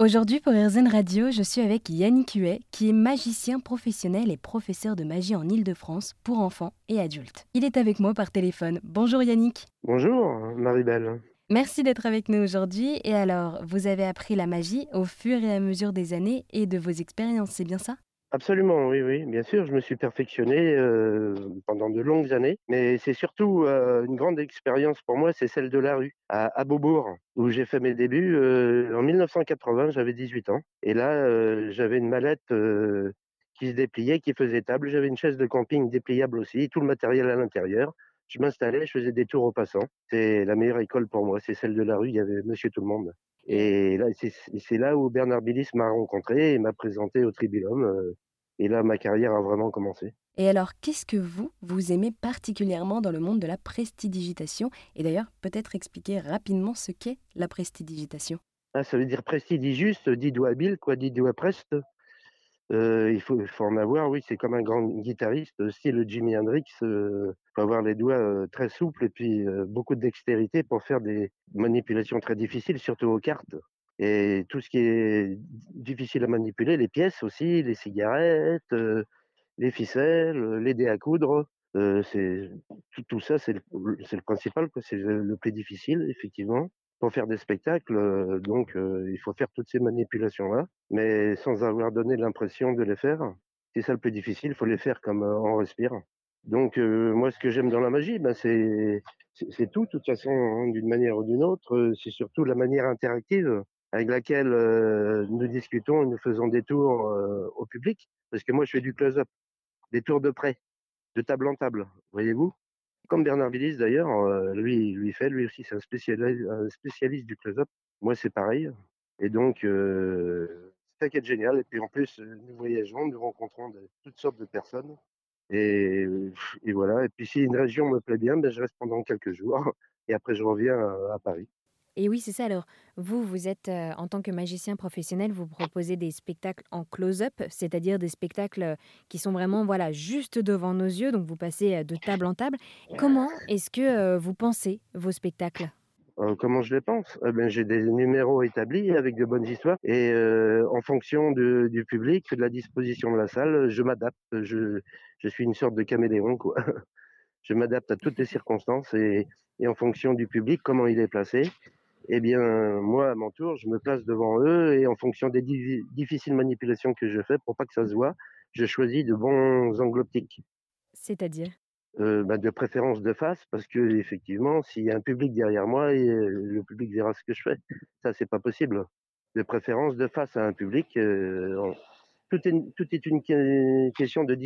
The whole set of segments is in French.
Aujourd'hui pour RZN Radio, je suis avec Yannick Huet, qui est magicien professionnel et professeur de magie en Île-de-France pour enfants et adultes. Il est avec moi par téléphone. Bonjour Yannick. Bonjour, Marie-Belle. Merci d'être avec nous aujourd'hui. Et alors, vous avez appris la magie au fur et à mesure des années et de vos expériences, c'est bien ça? Absolument, oui, oui, bien sûr, je me suis perfectionné pendant de longues années, mais c'est surtout une grande expérience pour moi, c'est celle de la rue, à Beaubourg, où j'ai fait mes débuts en 1980, j'avais 18 ans. Et là, j'avais une mallette qui se dépliait, qui faisait table, j'avais une chaise de camping dépliable aussi, tout le matériel à l'intérieur. Je m'installais, je faisais des tours aux passants. C'est la meilleure école pour moi, c'est celle de la rue, il y avait Monsieur Tout-le-Monde. Et, Et là, c'est là où Bernard Billis m'a rencontré et m'a présenté au Tribunum. Et là, ma carrière a vraiment commencé. et alors, qu'est-ce que vous aimez particulièrement dans le monde de la prestidigitation? Et d'ailleurs, peut-être expliquer rapidement ce qu'est la prestidigitation. Ah, ça veut dire prestidigiste, dit doigt habile, quoi, dit doigt preste. Il faut en avoir, oui, c'est comme un grand guitariste, style Jimi Hendrix. Faut avoir les doigts très souples et puis beaucoup de dextérité pour faire des manipulations très difficiles, surtout aux cartes. Et tout ce qui est difficile à manipuler, les pièces aussi, les cigarettes, les ficelles, les dés à coudre, c'est tout ça, c'est le principal, quoi. C'est le plus difficile, effectivement. Pour faire des spectacles, donc il faut faire toutes ces manipulations-là, mais sans avoir donné l'impression de les faire. C'est ça le plus difficile, il faut les faire comme on respire. Donc moi, ce que j'aime dans la magie, ben, c'est tout, de toute façon, hein, d'une manière ou d'une autre. C'est surtout la manière interactive avec laquelle nous discutons et nous faisons des tours au public, parce que moi, je fais du close-up, des tours de près, de table en table, voyez-vous? Comme Bernard Billis d'ailleurs, lui aussi c'est un spécialiste du close-up. Moi c'est pareil. Et donc c'est ça qui est génial. Et puis en plus, nous voyageons, nous rencontrons toutes sortes de personnes. Et, et voilà. Et puis si une région me plaît bien, ben, je reste pendant quelques jours. Et après je reviens à Paris. Et oui, c'est ça. Alors, vous êtes, en tant que magicien professionnel, vous proposez des spectacles en close-up, c'est-à-dire des spectacles, qui sont vraiment, voilà, juste devant nos yeux, donc vous passez, de table en table. Comment est-ce que, vous pensez vos spectacles? Comment je les pense? Eh ben, j'ai des numéros établis avec de bonnes histoires et en fonction du public, de la disposition de la salle, je m'adapte. Je suis une sorte de caméléon, quoi. Je m'adapte à toutes les circonstances et en fonction du public, comment il est placé, eh bien, moi, à mon tour, je me place devant eux et en fonction des difficiles manipulations que je fais pour pas que ça se voit, je choisis de bons angles optiques. C'est-à-dire? Bah, de préférence de face parce que effectivement, s'il y a un public derrière moi et le public verra ce que je fais. Ça, c'est pas possible. De préférence de face à un public, tout est une question de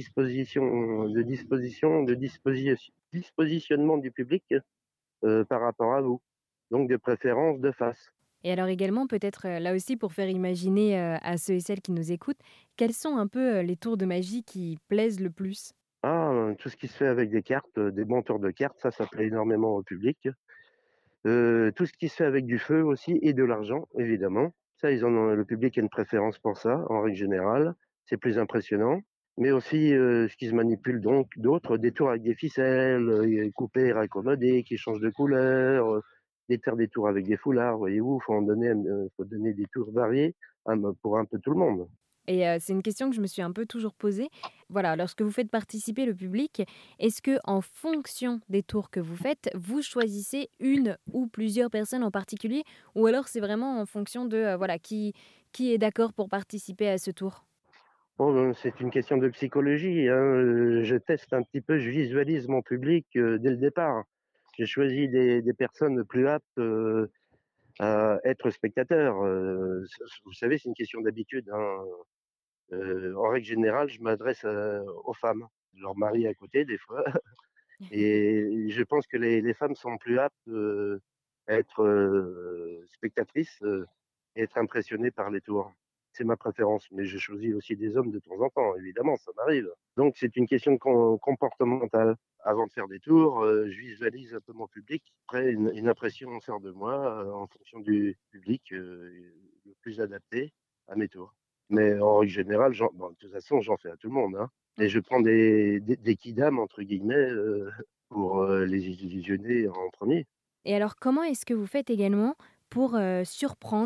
dispositionnement du public, par rapport à vous. Donc de préférence de face. Et alors également, peut-être, là aussi pour faire imaginer, à ceux et celles qui nous écoutent, quels sont un peu, les tours de magie qui plaisent le plus? Ah, tout ce qui se fait avec des cartes, des bons tours de cartes, ça plaît énormément au public. Tout ce qui se fait avec du feu aussi et de l'argent, évidemment. Ça, le public a une préférence pour ça, en règle générale. C'est plus impressionnant. Mais aussi, ce qui se manipule donc d'autres, des tours avec des ficelles, coupées, raccommodées, qui changent de couleur, faire des tours avec des foulards, voyez-vous? Faut donner des tours variés, pour un peu tout le monde. Et c'est une question que je me suis un peu toujours posée. Voilà, lorsque vous faites participer le public, est-ce que en fonction des tours que vous faites, vous choisissez une ou plusieurs personnes en particulier? Ou alors c'est vraiment en fonction de, voilà, qui est d'accord pour participer à ce tour? Bon, c'est une question de psychologie, hein, je teste un petit peu, je visualise mon public, dès le départ. J'ai choisi des personnes plus aptes, à être spectateurs. Vous savez, c'est une question d'habitude, hein. En règle générale, je m'adresse, aux femmes, leur mari à côté des fois et je pense que les femmes sont plus aptes, à être, spectatrices, et être impressionnées par les tours. C'est ma préférence, mais je choisis aussi des hommes de temps en temps, évidemment, ça m'arrive. Donc c'est une question de comportementale. Avant de faire des tours, je visualise un peu mon public. Après une impression sort de moi, en fonction du public, le plus adapté à mes tours. Mais en règle générale, de toute façon, j'en fais à tout le monde, hein. Et je prends des kidams entre guillemets, pour, les illusionner en premier. Et alors comment est-ce que vous faites également pour, surprendre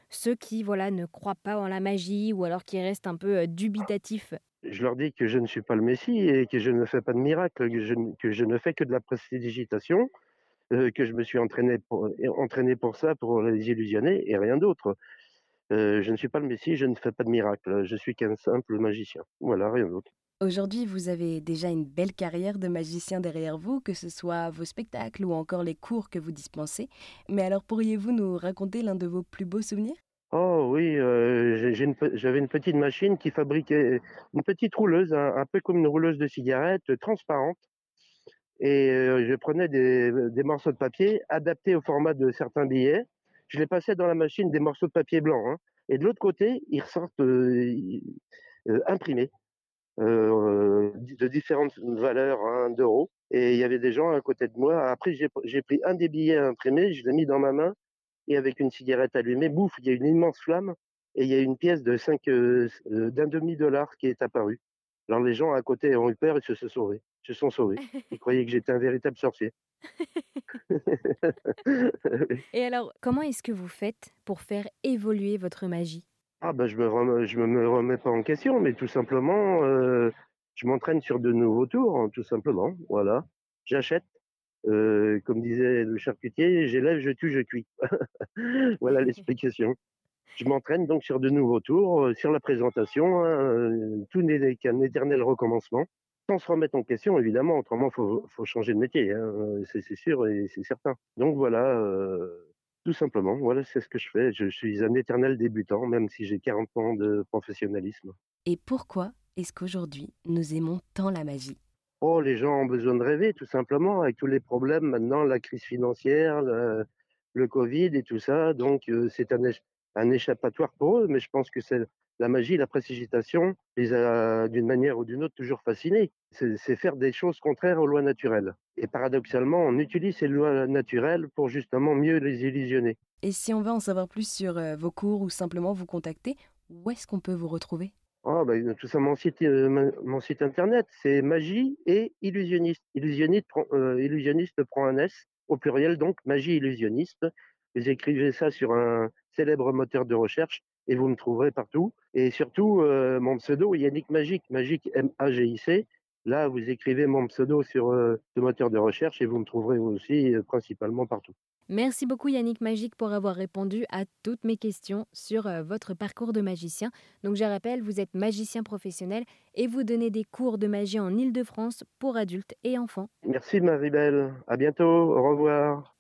ceux qui, voilà, ne croient pas en la magie ou alors qui restent un peu dubitatifs? Je leur dis que je ne suis pas le Messie et que je ne fais pas de miracle, que je ne fais que de la prestidigitation, que je me suis entraîné pour ça, pour les illusionner et rien d'autre. Je ne suis pas le Messie, je ne fais pas de miracle, je suis qu'un simple magicien. Voilà, rien d'autre. Aujourd'hui, vous avez déjà une belle carrière de magicien derrière vous, que ce soit vos spectacles ou encore les cours que vous dispensez. Mais alors, pourriez-vous nous raconter l'un de vos plus beaux souvenirs? Oh oui, j'avais une petite machine qui fabriquait une petite rouleuse, un peu comme une rouleuse de cigarettes, transparente. Et je prenais des morceaux de papier adaptés au format de certains billets. Je les passais dans la machine, des morceaux de papier blanc, hein, et de l'autre côté, ils ressortent, imprimés, de différentes valeurs, hein, d'euros, et il y avait des gens à côté de moi. Après j'ai pris un des billets imprimés, je l'ai mis dans ma main et avec une cigarette allumée, bouf, il y a une immense flamme et il y a une pièce de 5 d'un demi-dollar qui est apparue. Alors les gens à côté ont eu peur et se sont sauvés. Ils croyaient que j'étais un véritable sorcier. Oui. Et alors, comment est-ce que vous faites pour faire évoluer votre magie? Ah bah, je me remets pas en question, mais tout simplement, je m'entraîne sur de nouveaux tours, hein, tout simplement, voilà. J'achète, comme disait le charcutier: «J'élève, je tue, je cuis». Voilà l'explication. Je m'entraîne donc sur de nouveaux tours, sur la présentation, hein, tout n'est qu'un éternel recommencement, sans se remettre en question évidemment, autrement faut changer de métier, hein, c'est sûr et c'est certain. Donc voilà, tout simplement, voilà, c'est ce que je fais. Je suis un éternel débutant, même si j'ai 40 ans de professionnalisme. Et pourquoi est-ce qu'aujourd'hui, nous aimons tant la magie? Oh, les gens ont besoin de rêver tout simplement avec tous les problèmes maintenant, la crise financière, le covid et tout ça, donc c'est un échappatoire pour eux, mais je pense que c'est la magie, la prestidigitation les a d'une manière ou d'une autre toujours fascinés. C'est faire des choses contraires aux lois naturelles et paradoxalement, on utilise ces lois naturelles pour justement mieux les illusionner. Et si on veut en savoir plus sur vos cours ou simplement vous contacter, où est-ce qu'on peut vous retrouver? Ah bah, tout ça, mon site internet, c'est magie et illusionniste. Illusionniste prend un S au pluriel donc, magie illusionniste. Vous écrivez ça sur un célèbre moteur de recherche et vous me trouverez partout et surtout, mon pseudo Yannick Magic, Magic MAGIC. Là, vous écrivez mon pseudo sur, ce moteur de recherche et vous me trouverez aussi, principalement partout. Merci beaucoup Yannick Magique pour avoir répondu à toutes mes questions sur votre parcours de magicien. Donc je rappelle, vous êtes magicien professionnel et vous donnez des cours de magie en Île-de-France pour adultes et enfants. Merci Maribel, à bientôt, au revoir.